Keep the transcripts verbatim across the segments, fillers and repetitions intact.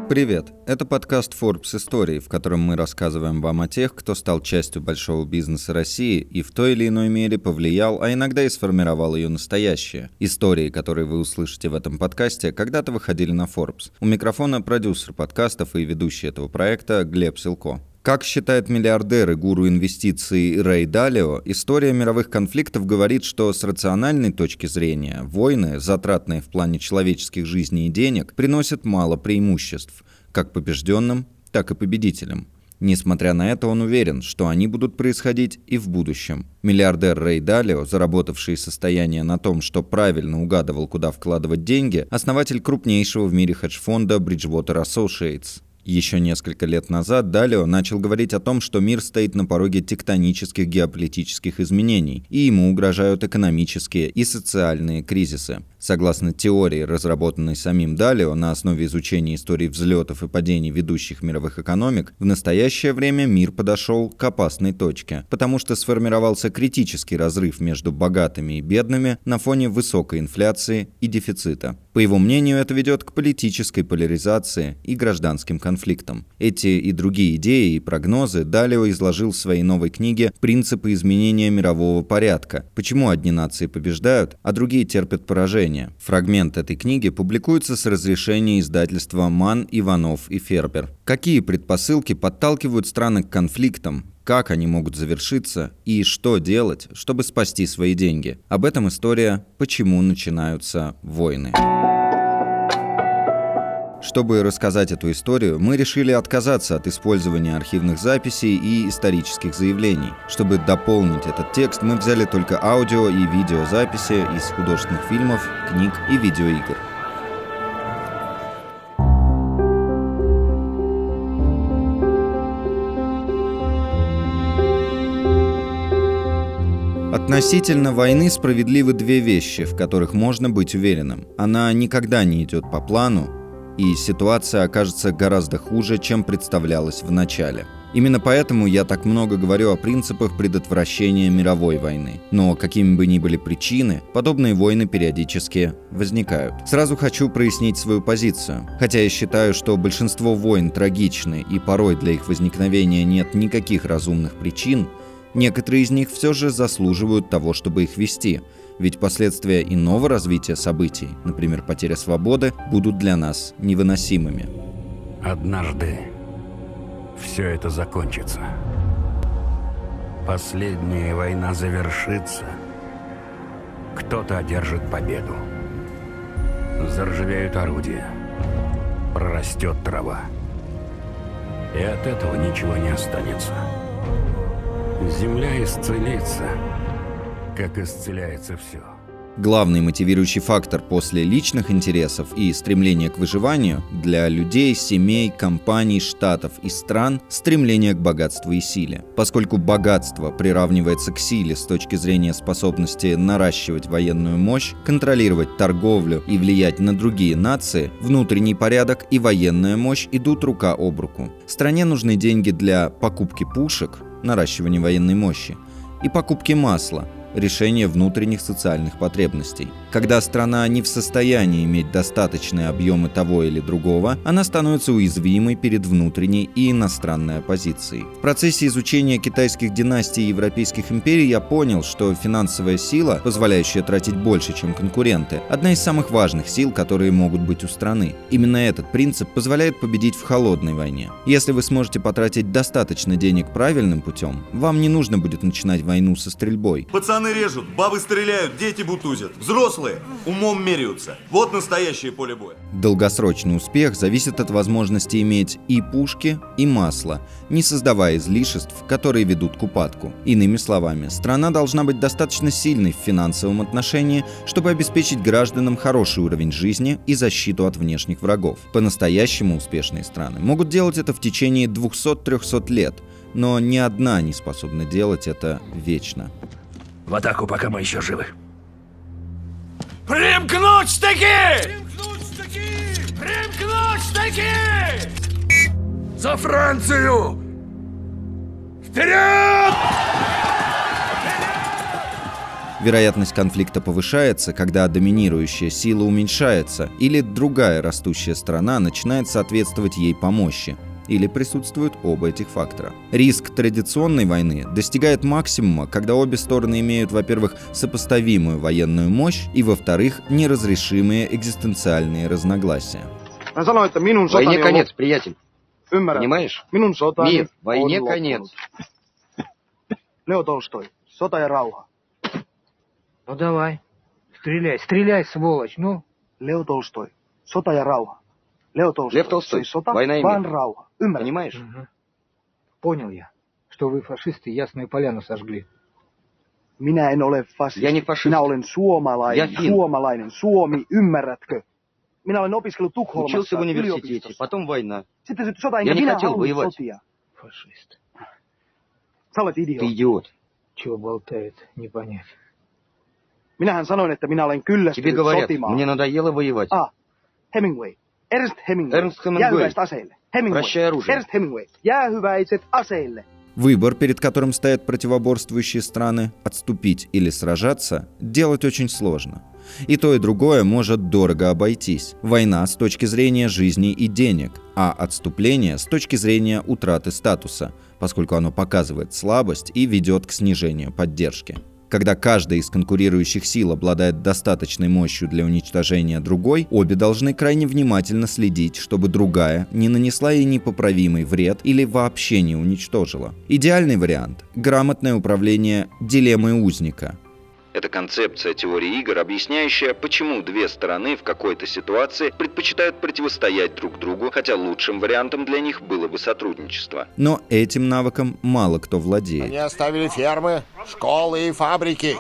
Привет! Это подкаст Forbes Истории, в котором мы рассказываем вам о тех, кто стал частью большого бизнеса России и в той или иной мере повлиял, а иногда и сформировал ее настоящее. Истории, которые вы услышите в этом подкасте, когда-то выходили на Forbes. У микрофона продюсер подкастов и ведущий этого проекта Глеб Силко. Как считает миллиардер и гуру инвестиций Рэй Далио, история мировых конфликтов говорит, что с рациональной точки зрения войны, затратные в плане человеческих жизней и денег, приносят мало преимуществ, как побежденным, так и победителям. Несмотря на это, он уверен, что они будут происходить и в будущем. Миллиардер Рэй Далио, заработавший состояние на том, что правильно угадывал, куда вкладывать деньги, основатель крупнейшего в мире хедж-фонда Bridgewater Associates. Еще несколько лет назад Далио начал говорить о том, что мир стоит на пороге тектонических геополитических изменений, и ему угрожают экономические и социальные кризисы. Согласно теории, разработанной самим Далио на основе изучения истории взлетов и падений ведущих мировых экономик, в настоящее время мир подошел к опасной точке, потому что сформировался критический разрыв между богатыми и бедными на фоне высокой инфляции и дефицита. По его мнению, это ведет к политической поляризации и гражданским конфликтам. Эти и другие идеи и прогнозы Далио изложил в своей новой книге «Принципы изменения мирового порядка. Почему одни нации побеждают, а другие терпят поражение». Фрагмент этой книги публикуется с разрешения издательства Манн, Иванов и Фербер. Какие предпосылки подталкивают страны к конфликтам? Как они могут завершиться и что делать, чтобы спасти свои деньги? Об этом история «Почему начинаются войны». Чтобы рассказать эту историю, мы решили отказаться от использования архивных записей и исторических заявлений. Чтобы дополнить этот текст, мы взяли только аудио и видеозаписи из художественных фильмов, книг и видеоигр. Относительно войны справедливы две вещи, в которых можно быть уверенным. Она никогда не идет по плану, и ситуация окажется гораздо хуже, чем представлялось в начале. Именно поэтому я так много говорю о принципах предотвращения мировой войны. Но какими бы ни были причины, подобные войны периодически возникают. Сразу хочу прояснить свою позицию. Хотя я считаю, что большинство войн трагичны и порой для их возникновения нет никаких разумных причин, некоторые из них все же заслуживают того, чтобы их вести. Ведь последствия иного развития событий, например, потеря свободы, будут для нас невыносимыми. Однажды все это закончится. Последняя война завершится. Кто-то одержит победу. Заржавеют орудия. Прорастет трава. И от этого ничего не останется. Земля исцелится, как исцеляется все. Главный мотивирующий фактор после личных интересов и стремления к выживанию для людей, семей, компаний, штатов и стран – стремление к богатству и силе. Поскольку богатство приравнивается к силе с точки зрения способности наращивать военную мощь, контролировать торговлю и влиять на другие нации, внутренний порядок и военная мощь идут рука об руку. Стране нужны деньги для покупки пушек, наращивания военной мощи, и покупки масла, решение внутренних социальных потребностей. Когда страна не в состоянии иметь достаточные объемы того или другого, она становится уязвимой перед внутренней и иностранной оппозицией. В процессе изучения китайских династий и европейских империй я понял, что финансовая сила, позволяющая тратить больше, чем конкуренты, одна из самых важных сил, которые могут быть у страны. Именно этот принцип позволяет победить в холодной войне. Если вы сможете потратить достаточно денег правильным путем, вам не нужно будет начинать войну со стрельбой. Пацаны режут, бабы стреляют, дети бутузят. Взрослые умом меряются. Вот настоящее поле боя. Долгосрочный успех зависит от возможности иметь и пушки, и масло, не создавая излишеств, которые ведут к упадку. Иными словами, страна должна быть достаточно сильной в финансовом отношении, чтобы обеспечить гражданам хороший уровень жизни и защиту от внешних врагов. По-настоящему успешные страны могут делать это в течение двухсот-трехсот лет, но ни одна не способна делать это вечно. В атаку, пока мы еще живы. Примкнуть штыки! Примкнуть штыки! Примкнуть штыки! За Францию! Вперед! Вероятность конфликта повышается, когда доминирующая сила уменьшается, или другая растущая страна начинает соответствовать ей по мощи, или присутствуют оба этих фактора. Риск традиционной войны достигает максимума, когда обе стороны имеют, во-первых, сопоставимую военную мощь, и, во-вторых, неразрешимые экзистенциальные разногласия. Войне конец, приятель. Понимаешь? Мир, войне конец. Лео Толстой. Сота и рауха. Ну давай. Стреляй, стреляй, сволочь, ну. Лео Толстой. Сота и рауха. Лев Толстой. Лев Толстой. Война и мир. Понимаешь? Угу. Понял я, что вы фашисты Ясную Поляну сожгли. Minä en ole fasisti. Я не фашист. Minä olen suomalainen. Я фин. Suomalainen. Suomi, ymmärrätkö? Minä olen opiskellut Tukholmassa. Учился в университете, потом война. Sitten syttyi sota, Я enkä не minä хотел halunnut воевать. sotia. Фашист. Sä olet Ты idiootti. идиот. Чего болтает, не понять. Minähän sanoin, että minä olen Тебе kyllästynyt говорят, sotimaan. мне надоело воевать. Ah, Hemingway. Ernst Hemingway. Ernst Hemingway. Jäähyväiset aseille. Hemingway. Прощай оружие. Ernst Hemingway. Jäähyväiset aseille. Выбор, перед которым стоят противоборствующие страны, отступить или сражаться, делать очень сложно. И то, и другое может дорого обойтись. Война с точки зрения жизни и денег, а отступление с точки зрения утраты статуса, поскольку оно показывает слабость и ведет к снижению поддержки. Когда каждая из конкурирующих сил обладает достаточной мощью для уничтожения другой, обе должны крайне внимательно следить, чтобы другая не нанесла ей непоправимый вред или вообще не уничтожила. Идеальный вариант – грамотное управление дилеммой узника. Это концепция теории игр, объясняющая, почему две стороны в какой-то ситуации предпочитают противостоять друг другу, хотя лучшим вариантом для них было бы сотрудничество. Но этим навыком мало кто владеет. Они оставили фермы, школы и фабрики.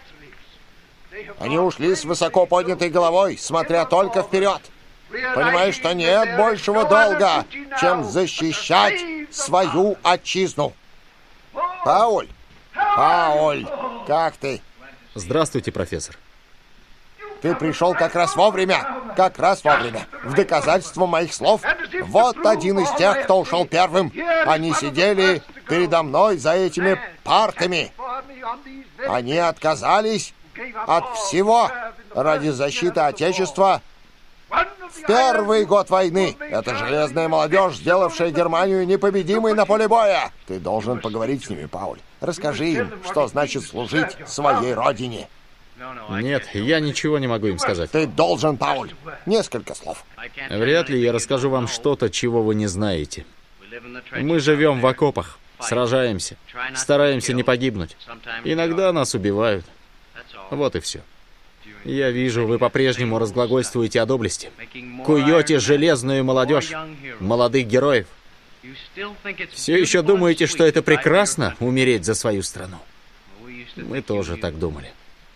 Они ушли с высоко поднятой головой, смотря только вперед. Понимаешь, что нет большего долга, чем защищать свою отчизну. Пауль, Пауль, как ты? Здравствуйте, профессор. Ты пришел как раз вовремя, как раз вовремя. В доказательство моих слов, вот один из тех, кто ушел первым. Они сидели передо мной за этими партами. Они отказались от всего ради защиты Отечества в первый год войны. Это железная молодежь, сделавшая Германию непобедимой на поле боя. Ты должен поговорить с ними, Пауль. Расскажи им, что значит служить своей родине. Нет, я ничего не могу им сказать. Ты должен, Пауль. Несколько слов. Вряд ли я расскажу вам что-то, чего вы не знаете. Мы живем в окопах, сражаемся, стараемся не погибнуть. Иногда нас убивают. Вот и все. Я вижу, вы по-прежнему разглагольствуете о доблести. Куете железную молодежь, молодых героев. Все еще думаете, что это прекрасно — умереть за свою страну? Мы тоже так думали.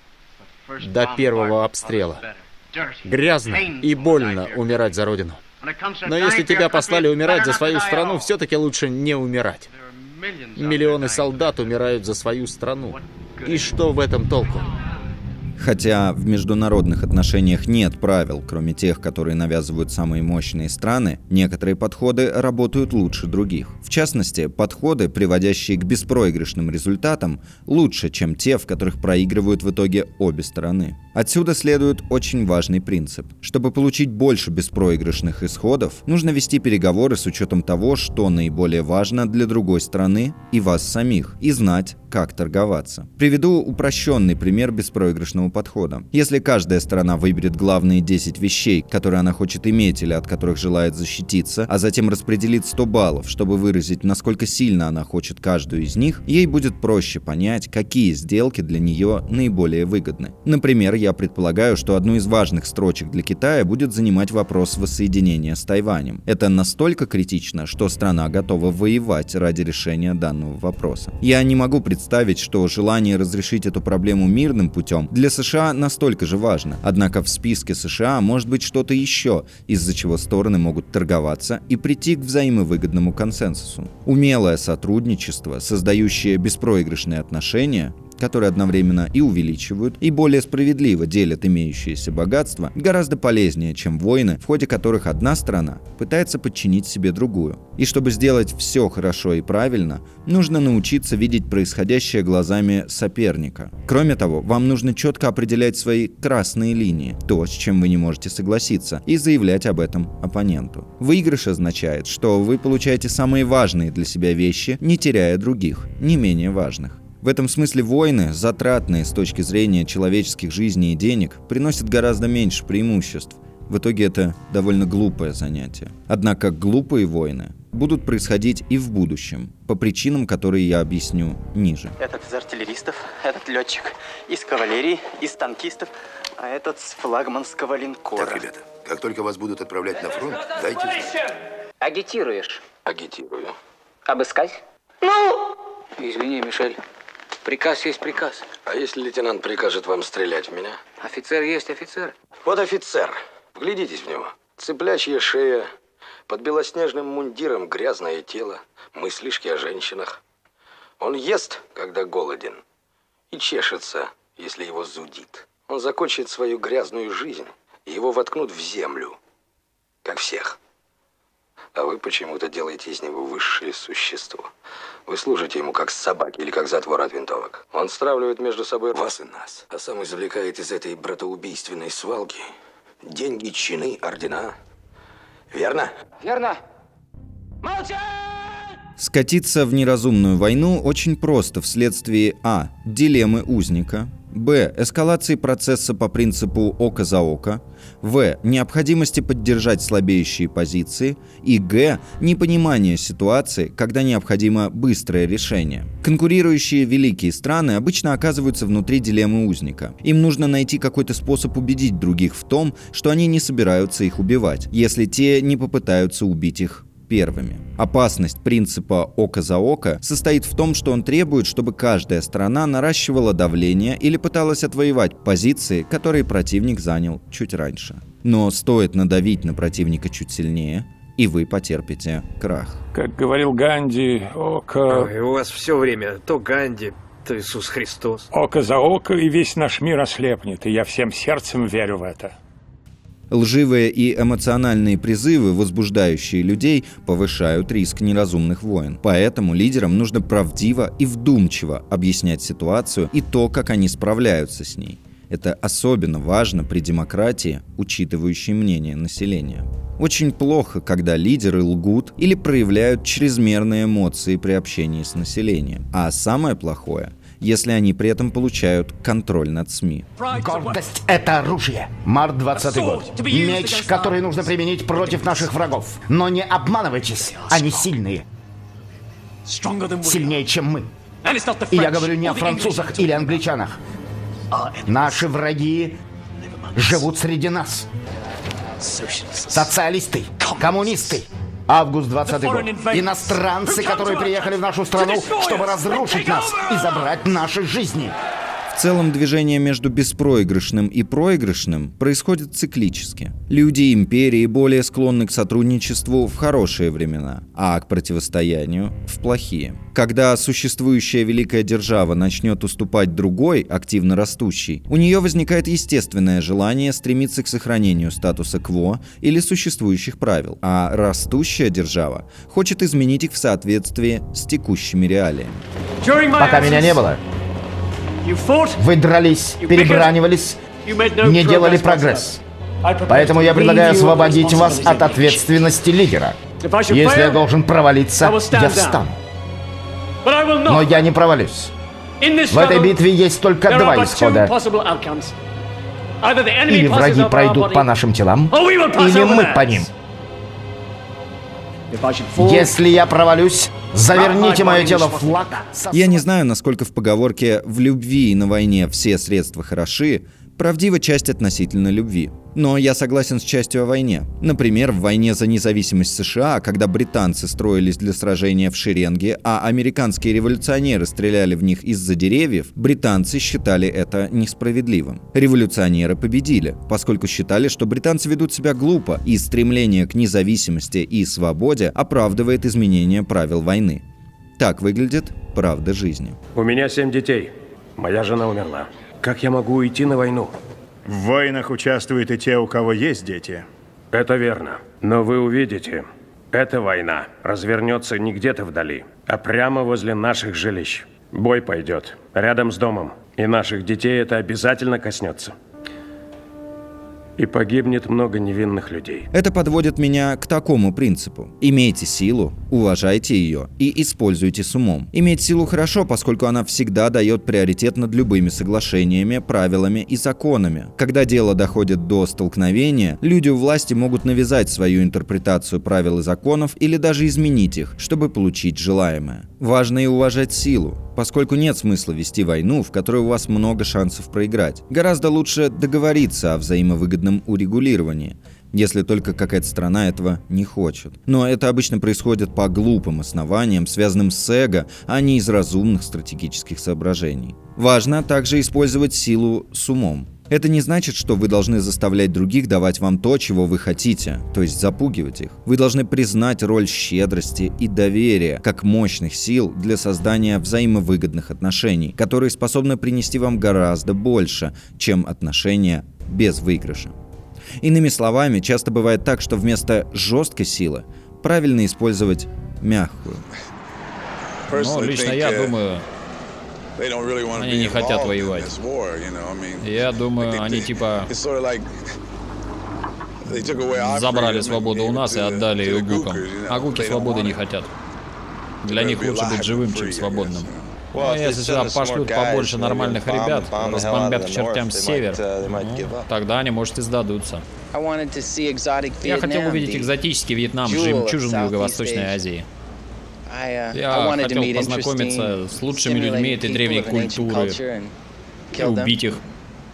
До первого обстрела. Грязно и больно умирать за родину. Но если тебя послали умирать за свою страну, все-таки лучше не умирать. Миллионы солдат умирают за свою страну. И что в этом толку? Хотя в международных отношениях нет правил, кроме тех, которые навязывают самые мощные страны, некоторые подходы работают лучше других. В частности, подходы, приводящие к беспроигрышным результатам, лучше, чем те, в которых проигрывают в итоге обе стороны. Отсюда следует очень важный принцип. Чтобы получить больше беспроигрышных исходов, нужно вести переговоры с учетом того, что наиболее важно для другой стороны и вас самих, и знать, как торговаться. Приведу упрощенный пример беспроигрышного подхода. Если каждая сторона выберет главные десять вещей, которые она хочет иметь или от которых желает защититься, а затем распределит сто баллов, чтобы выразить, насколько сильно она хочет каждую из них, ей будет проще понять, какие сделки для нее наиболее выгодны. Например, я предполагаю, что одну из важных строчек для Китая будет занимать вопрос воссоединения с Тайванем. Это настолько критично, что страна готова воевать ради решения данного вопроса. Я не могу представить, что желание разрешить эту проблему мирным путем для США настолько же важно. Однако в списке США может быть что-то еще, из-за чего стороны могут торговаться и прийти к взаимовыгодному консенсусу. Умелое сотрудничество, создающее беспроигрышные отношения, которые одновременно и увеличивают, и более справедливо делят имеющееся богатство, гораздо полезнее, чем войны, в ходе которых одна страна пытается подчинить себе другую. И чтобы сделать все хорошо и правильно, нужно научиться видеть происходящее глазами соперника. Кроме того, вам нужно четко определять свои красные линии, то, с чем вы не можете согласиться, и заявлять об этом оппоненту. Выигрыш означает, что вы получаете самые важные для себя вещи, не теряя других, не менее важных. В этом смысле войны, затратные с точки зрения человеческих жизней и денег, приносят гораздо меньше преимуществ. В итоге это довольно глупое занятие. Однако глупые войны будут происходить и в будущем, по причинам, которые я объясню ниже. Этот из артиллеристов, этот летчик из кавалерии, из танкистов, а этот с флагманского линкора. Так, ребята, как только вас будут отправлять на фронт, дайте знать. Агитируешь? Агитирую. Обыскать? Ну? Извини, Мишель. Приказ есть приказ. А если лейтенант прикажет вам стрелять в меня? Офицер есть офицер. Вот офицер. Вглядитесь в него. Цыплячья шея, под белоснежным мундиром грязное тело, мыслишки о женщинах. Он ест, когда голоден, и чешется, если его зудит. Он закончит свою грязную жизнь, и его воткнут в землю, как всех. А вы почему-то делаете из него высшее существо. Вы служите ему как собаки или как затвор от винтовок. Он стравливает между собой вас и нас, а сам извлекает из этой братоубийственной свалки деньги, чины, ордена. Верно? Верно. Молчать! Скатиться в неразумную войну очень просто вследствие а. дилеммы узника, б. эскалации процесса по принципу око за око, в. необходимости поддержать слабеющие позиции и г. непонимания ситуации, когда необходимо быстрое решение. Конкурирующие великие страны обычно оказываются внутри дилеммы узника. Им нужно найти какой-то способ убедить других в том, что они не собираются их убивать, если те не попытаются убить их первыми. Опасность принципа око за око состоит в том, что он требует, чтобы каждая страна наращивала давление или пыталась отвоевать позиции, которые противник занял чуть раньше. Но стоит надавить на противника чуть сильнее, и вы потерпите крах. Как говорил Ганди, око... Ой, у вас все время то Ганди, то Иисус Христос. Око за око, и весь наш мир ослепнет, и я всем сердцем верю в это. Лживые и эмоциональные призывы, возбуждающие людей, повышают риск неразумных войн. Поэтому лидерам нужно правдиво и вдумчиво объяснять ситуацию и то, как они справляются с ней. Это особенно важно при демократии, учитывающей мнение населения. Очень плохо, когда лидеры лгут или проявляют чрезмерные эмоции при общении с населением. А самое плохое – если они при этом получают контроль над СМИ. Гордость — это оружие. Март двадцатый год. Меч, который нужно применить против наших врагов. Но не обманывайтесь, они сильные. Сильнее, чем мы. И я говорю не о французах или англичанах. Наши враги живут среди нас. Социалисты, коммунисты. Август двадцатый год. Иностранцы, которые приехали в нашу страну, чтобы разрушить нас и забрать наши жизни. В целом, движение между беспроигрышным и проигрышным происходит циклически. Люди империи более склонны к сотрудничеству в хорошие времена, а к противостоянию в плохие. Когда существующая великая держава начнет уступать другой, активно растущей, у нее возникает естественное желание стремиться к сохранению статуса кво или существующих правил, а растущая держава хочет изменить их в соответствии с текущими реалиями. Пока меня не было, вы дрались, перебранивались, не делали прогресс. Поэтому я предлагаю освободить вас от ответственности лидера. Если я должен провалиться, я встану. Но я не провалюсь. В этой битве есть только два исхода. Или враги пройдут по нашим телам, или мы по ним. Если я провалюсь, заверните мое тело в флаг. Я не знаю, насколько в поговорке «в любви и на войне все средства хороши» правдива часть относительно любви. Но я согласен с частью о войне. Например, в войне за независимость США, когда британцы строились для сражения в шеренге, а американские революционеры стреляли в них из-за деревьев, британцы считали это несправедливым. Революционеры победили, поскольку считали, что британцы ведут себя глупо, и стремление к независимости и свободе оправдывает изменение правил войны. Так выглядит правда жизни. У меня семь детей. Моя жена умерла. Как я могу уйти на войну? В войнах участвуют и те, у кого есть дети. Это верно. Но вы увидите, эта война развернется не где-то вдали, а прямо возле наших жилищ. Бой пойдет рядом с домом, и наших детей это обязательно коснется. И погибнет много невинных людей. Это подводит меня к такому принципу. Имейте силу, уважайте ее и используйте с умом. Иметь силу хорошо, поскольку она всегда дает приоритет над любыми соглашениями, правилами и законами. Когда дело доходит до столкновения, люди у власти могут навязать свою интерпретацию правил и законов или даже изменить их, чтобы получить желаемое. Важно и уважать силу, поскольку нет смысла вести войну, в которой у вас много шансов проиграть. Гораздо лучше договориться о взаимовыгодном урегулировании, если только какая-то страна этого не хочет. Но это обычно происходит по глупым основаниям, связанным с эго, а не из разумных стратегических соображений. Важно также использовать силу с умом. Это не значит, что вы должны заставлять других давать вам то, чего вы хотите, то есть запугивать их. Вы должны признать роль щедрости и доверия как мощных сил для создания взаимовыгодных отношений, которые способны принести вам гораздо больше, чем отношения без выигрыша. Иными словами, часто бывает так, что вместо жесткой силы правильно использовать мягкую. Ну, лично я думаю, они не хотят воевать. Я думаю, они типа забрали свободу у нас и отдали ее гукам. А гуки свободы не хотят. Для них лучше быть живым, чем свободным. Ну, если сюда пошлют побольше нормальных ребят, разбомбят к чертям север, ну, тогда они, может, и сдадутся. Я хотел увидеть экзотический Вьетнам, жемчужину Юго-Восточной Азии. Я хотел познакомиться с лучшими людьми этой древней культуры и убить их.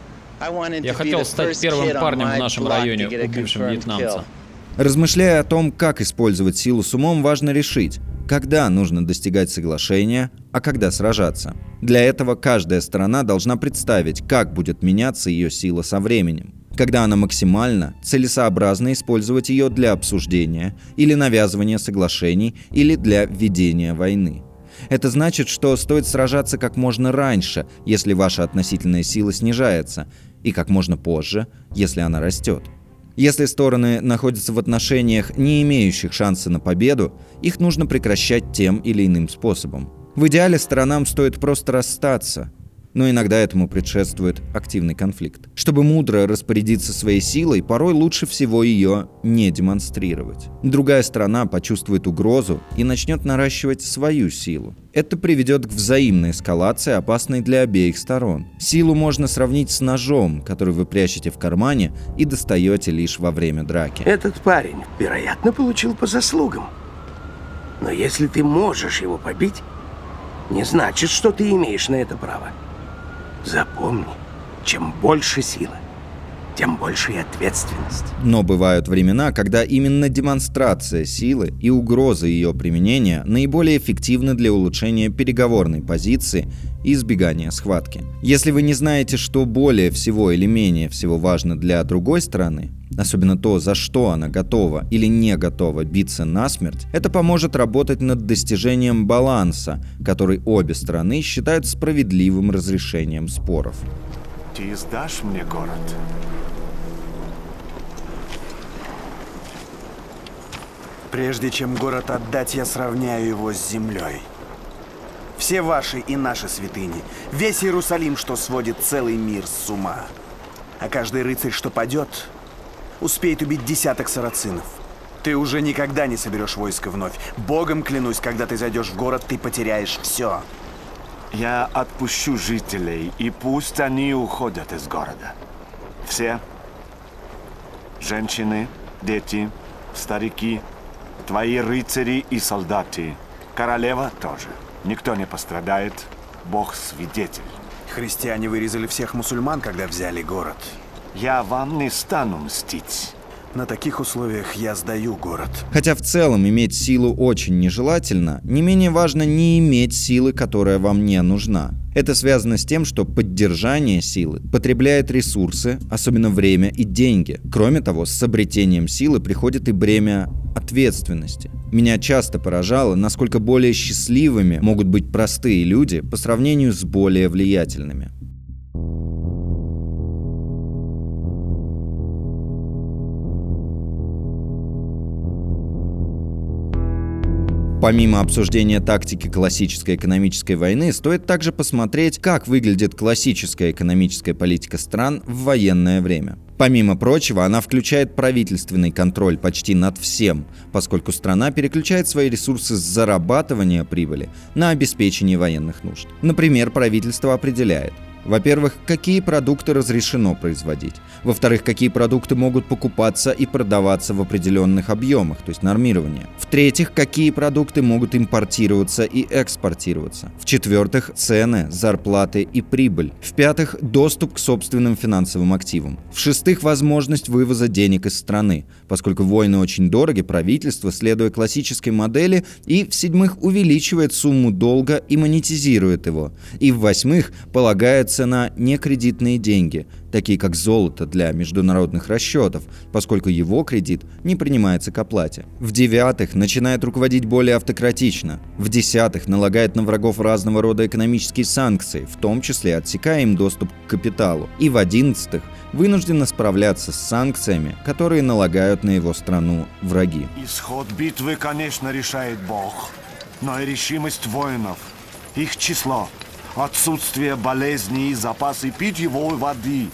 Я хотел стать первым парнем в нашем районе, убившим вьетнамца. Размышляя о том, как использовать силу с умом, важно решить, когда нужно достигать соглашения, а когда сражаться. Для этого каждая сторона должна представить, как будет меняться ее сила со временем. Когда она максимальна, целесообразно использовать ее для обсуждения или навязывания соглашений или для ведения войны. Это значит, что стоит сражаться как можно раньше, если ваша относительная сила снижается, и как можно позже, если она растет. Если стороны находятся в отношениях, не имеющих шанса на победу, их нужно прекращать тем или иным способом. В идеале сторонам стоит просто расстаться, но иногда этому предшествует активный конфликт. Чтобы мудро распорядиться своей силой, порой лучше всего ее не демонстрировать. Другая сторона почувствует угрозу и начнет наращивать свою силу. Это приведет к взаимной эскалации, опасной для обеих сторон. Силу можно сравнить с ножом, который вы прячете в кармане и достаете лишь во время драки. Этот парень, вероятно, получил по заслугам. Но если ты можешь его побить, не значит, что ты имеешь на это право. Запомни, чем больше силы, тем больше и ответственность. Но бывают времена, когда именно демонстрация силы и угроза ее применения наиболее эффективны для улучшения переговорной позиции и избегания схватки. Если вы не знаете, что более всего или менее всего важно для другой стороны, особенно то, за что она готова или не готова биться насмерть, это поможет работать над достижением баланса, который обе стороны считают справедливым разрешением споров. Ты сдашь мне город? Прежде чем город отдать, я сравняю его с землей. Все ваши и наши святыни, весь Иерусалим, что сводит целый мир с ума. А каждый рыцарь, что падет, успеет убить десяток сарацинов. Ты уже никогда не соберешь войско вновь. Богом клянусь, когда ты зайдешь в город, ты потеряешь все. Я отпущу жителей, и пусть они уходят из города. Все. Женщины, дети, старики, твои рыцари и солдаты. Королева тоже. Никто не пострадает. Бог свидетель. Христиане вырезали всех мусульман, когда взяли город. Я вам не стану мстить. На таких условиях я сдаю город. Хотя в целом иметь силу очень нежелательно, не менее важно не иметь силы, которая вам не нужна. Это связано с тем, что поддержание силы потребляет ресурсы, особенно время и деньги. Кроме того, с обретением силы приходит и бремя ответственности. Меня часто поражало, насколько более счастливыми могут быть простые люди по сравнению с более влиятельными. Помимо обсуждения тактики классической экономической войны, стоит также посмотреть, как выглядит классическая экономическая политика стран в военное время. Помимо прочего, она включает правительственный контроль почти над всем, поскольку страна переключает свои ресурсы с зарабатывания прибыли на обеспечение военных нужд. Например, правительство определяет: во-первых, какие продукты разрешено производить. Во-вторых, какие продукты могут покупаться и продаваться в определенных объемах, то есть нормирование. В-третьих, какие продукты могут импортироваться и экспортироваться. В-четвертых, цены, зарплаты и прибыль. В-пятых, доступ к собственным финансовым активам. В-шестых, возможность вывоза денег из страны, поскольку войны очень дороги, правительство, следуя классической модели, и, в-седьмых, увеличивает сумму долга и монетизирует его. И, в-восьмых, полагается на некредитные деньги, такие как золото для международных расчетов, поскольку его кредит не принимается к оплате. В-девятых, начинает руководить более автократично. В-десятых, налагает на врагов разного рода экономические санкции, в том числе отсекая им доступ к капиталу. И в-одиннадцатых, вынуждена справляться с санкциями, которые налагают на его страну враги. Исход битвы, конечно, решает Бог, но и решимость воинов, их число, отсутствие болезней и запасы питьевой воды.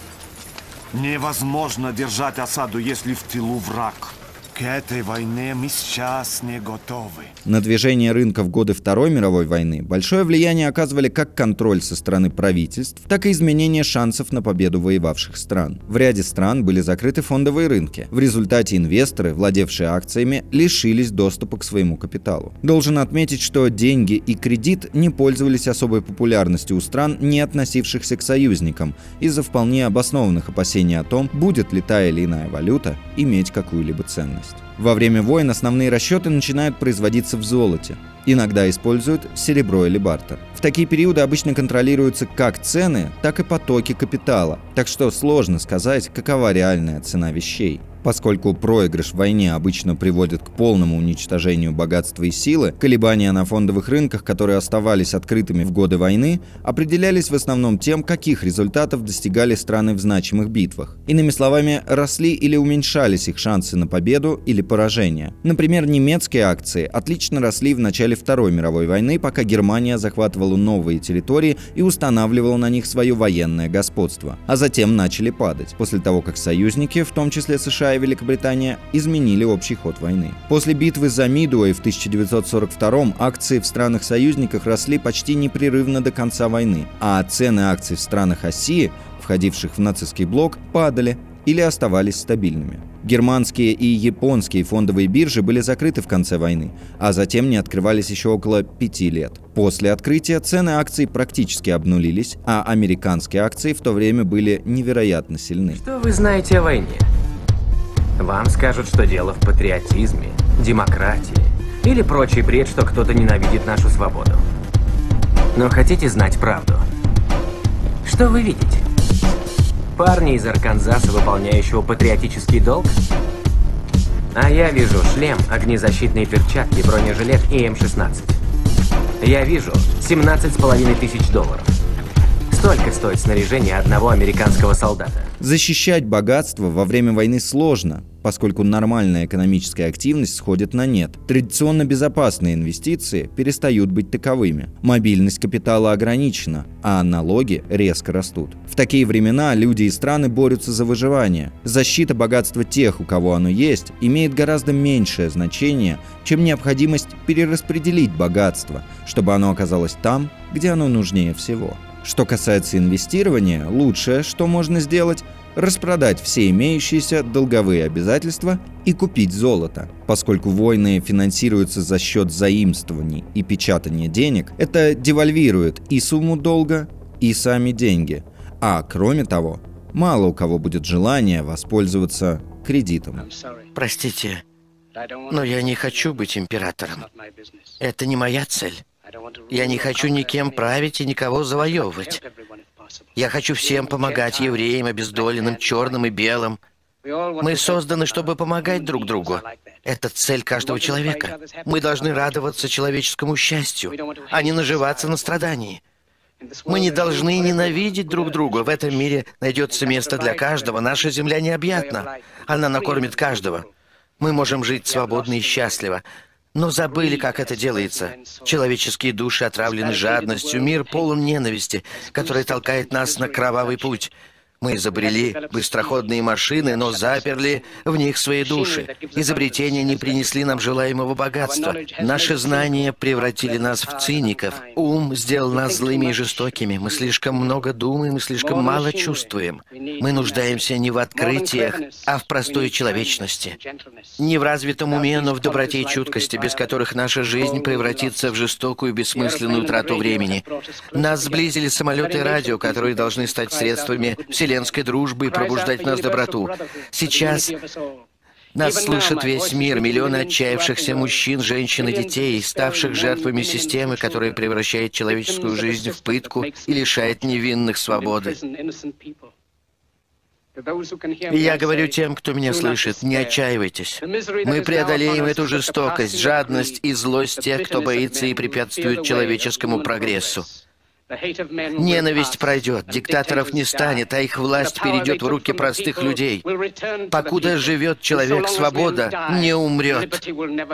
Невозможно держать осаду, если в тылу враг. К этой войне мы сейчас не готовы. На движение рынка в годы Второй мировой войны большое влияние оказывали как контроль со стороны правительств, так и изменение шансов на победу воевавших стран. В ряде стран были закрыты фондовые рынки. В результате инвесторы, владевшие акциями, лишились доступа к своему капиталу. Должен отметить, что деньги и кредит не пользовались особой популярностью у стран, не относившихся к союзникам, из-за вполне обоснованных опасений о том, будет ли та или иная валюта иметь какую-либо ценность. Во время войн основные расчеты начинают производиться в золоте. Иногда используют серебро или бартер. В такие периоды обычно контролируются как цены, так и потоки капитала, так что сложно сказать, какова реальная цена вещей. Поскольку проигрыш в войне обычно приводит к полному уничтожению богатства и силы, колебания на фондовых рынках, которые оставались открытыми в годы войны, определялись в основном тем, каких результатов достигали страны в значимых битвах. Иными словами, росли или уменьшались их шансы на победу или поражение. Например, немецкие акции отлично росли в начале Второй мировой войны, пока Германия захватывала новые территории и устанавливала на них свое военное господство, а затем начали падать, после того, как союзники, в том числе США и Великобритания, изменили общий ход войны. После битвы за Мидуэй в тысяча девятьсот сорок втором акции в странах-союзниках росли почти непрерывно до конца войны, а цены акций в странах оси, входивших в нацистский блок, падали или оставались стабильными. Германские и японские фондовые биржи были закрыты в конце войны, а затем не открывались еще около пяти лет. После открытия цены акций практически обнулились, а американские акции в то время были невероятно сильны. Что вы знаете о войне? Вам скажут, что дело в патриотизме, демократии или прочий бред, что кто-то ненавидит нашу свободу. Но хотите знать правду? Что вы видите? Парня из Арканзаса, выполняющего патриотический долг? А я вижу шлем, огнезащитные перчатки, бронежилет и эм шестнадцать. Я вижу семнадцать с половиной тысяч долларов. Столько стоит снаряжение одного американского солдата. Защищать богатство во время войны сложно, поскольку нормальная экономическая активность сходит на нет. Традиционно безопасные инвестиции перестают быть таковыми. Мобильность капитала ограничена, а налоги резко растут. В такие времена люди и страны борются за выживание. Защита богатства тех, у кого оно есть, имеет гораздо меньшее значение, чем необходимость перераспределить богатство, чтобы оно оказалось там, где оно нужнее всего. Что касается инвестирования, лучшее, что можно сделать, распродать все имеющиеся долговые обязательства и купить золото. Поскольку войны финансируются за счет заимствований и печатания денег, это девальвирует и сумму долга, и сами деньги. А кроме того, мало у кого будет желание воспользоваться кредитом. Простите, но я не хочу быть императором. Это не моя цель. Я не хочу никем править и никого завоевывать. Я хочу всем помогать, евреям, обездоленным, черным и белым. Мы созданы, чтобы помогать друг другу. Это цель каждого человека. Мы должны радоваться человеческому счастью, а не наживаться на страдании. Мы не должны ненавидеть друг друга. В этом мире найдется место для каждого. Наша земля необъятна. Она накормит каждого. Мы можем жить свободно и счастливо. Но забыли, как это делается. Человеческие души отравлены жадностью. Мир полон ненависти, которая толкает нас на кровавый путь. Мы изобрели быстроходные машины, но заперли в них свои души. Изобретения не принесли нам желаемого богатства. Наши знания превратили нас в циников. Ум сделал нас злыми и жестокими. Мы слишком много думаем и слишком мало чувствуем. Мы нуждаемся не в открытиях, а в простой человечности. Не в развитом уме, но в доброте и чуткости, без которых наша жизнь превратится в жестокую бессмысленную трату времени. Нас сблизили самолеты и радио, которые должны стать средствами вселенной дружбы и пробуждать в нас доброту. Сейчас нас слышит весь мир, миллионы отчаявшихся мужчин, женщин и детей, ставших жертвами системы, которая превращает человеческую жизнь в пытку и лишает невинных свободы. И я говорю тем, кто меня слышит, не отчаивайтесь. Мы преодолеем эту жестокость, жадность и злость тех, кто боится и препятствует человеческому прогрессу. Ненависть пройдет, диктаторов не станет, а их власть перейдет в руки простых людей. Покуда живет человек, свобода не умрет.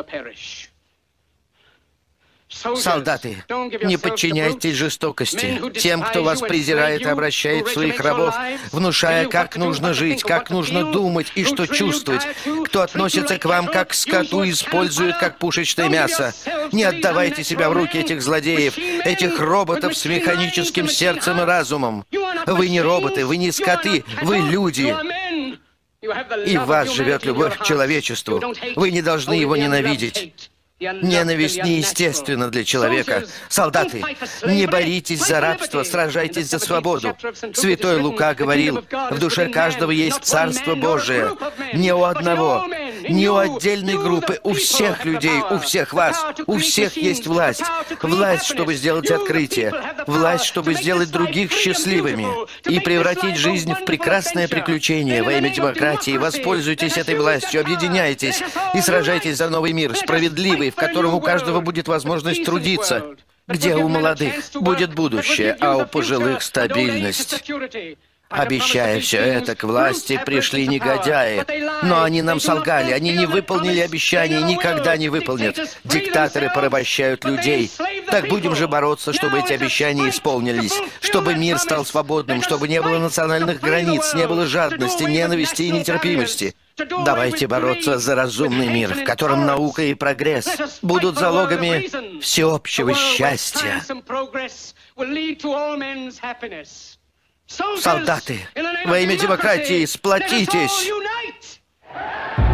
Солдаты, не подчиняйтесь жестокости. Тем, кто вас презирает и обращает в своих рабов, внушая, как нужно жить, как нужно думать и что чувствовать. Кто относится к вам как к скоту и использует как пушечное мясо. Не отдавайте себя в руки этих злодеев, этих роботов с механическим сердцем и разумом. Вы не роботы, вы не скоты, вы люди. И в вас живет любовь к человечеству. Вы не должны его ненавидеть. Ненависть неестественна для человека. Солдаты, не боритесь за рабство, сражайтесь за свободу. Святой Лука говорил, в душе каждого есть Царство Божие. Не у одного, не у отдельной группы, у всех людей, у всех вас, у всех есть власть. Власть, чтобы сделать открытие. Власть, чтобы сделать других счастливыми. И превратить жизнь в прекрасное приключение во имя демократии. Воспользуйтесь этой властью, объединяйтесь и сражайтесь за новый мир, справедливый, в котором у каждого будет возможность трудиться, где у молодых будет будущее, а у пожилых стабильность. Обещая все это, к власти пришли негодяи. Но они нам солгали, они не выполнили обещания и никогда не выполнят. Диктаторы порабощают людей. Так будем же бороться, чтобы эти обещания исполнились, чтобы мир стал свободным, чтобы не было национальных границ, не было жадности, ненависти и нетерпимости. Давайте бороться за разумный мир, в котором наука и прогресс будут залогами всеобщего счастья. Солдаты, во имя демократии, сплотитесь!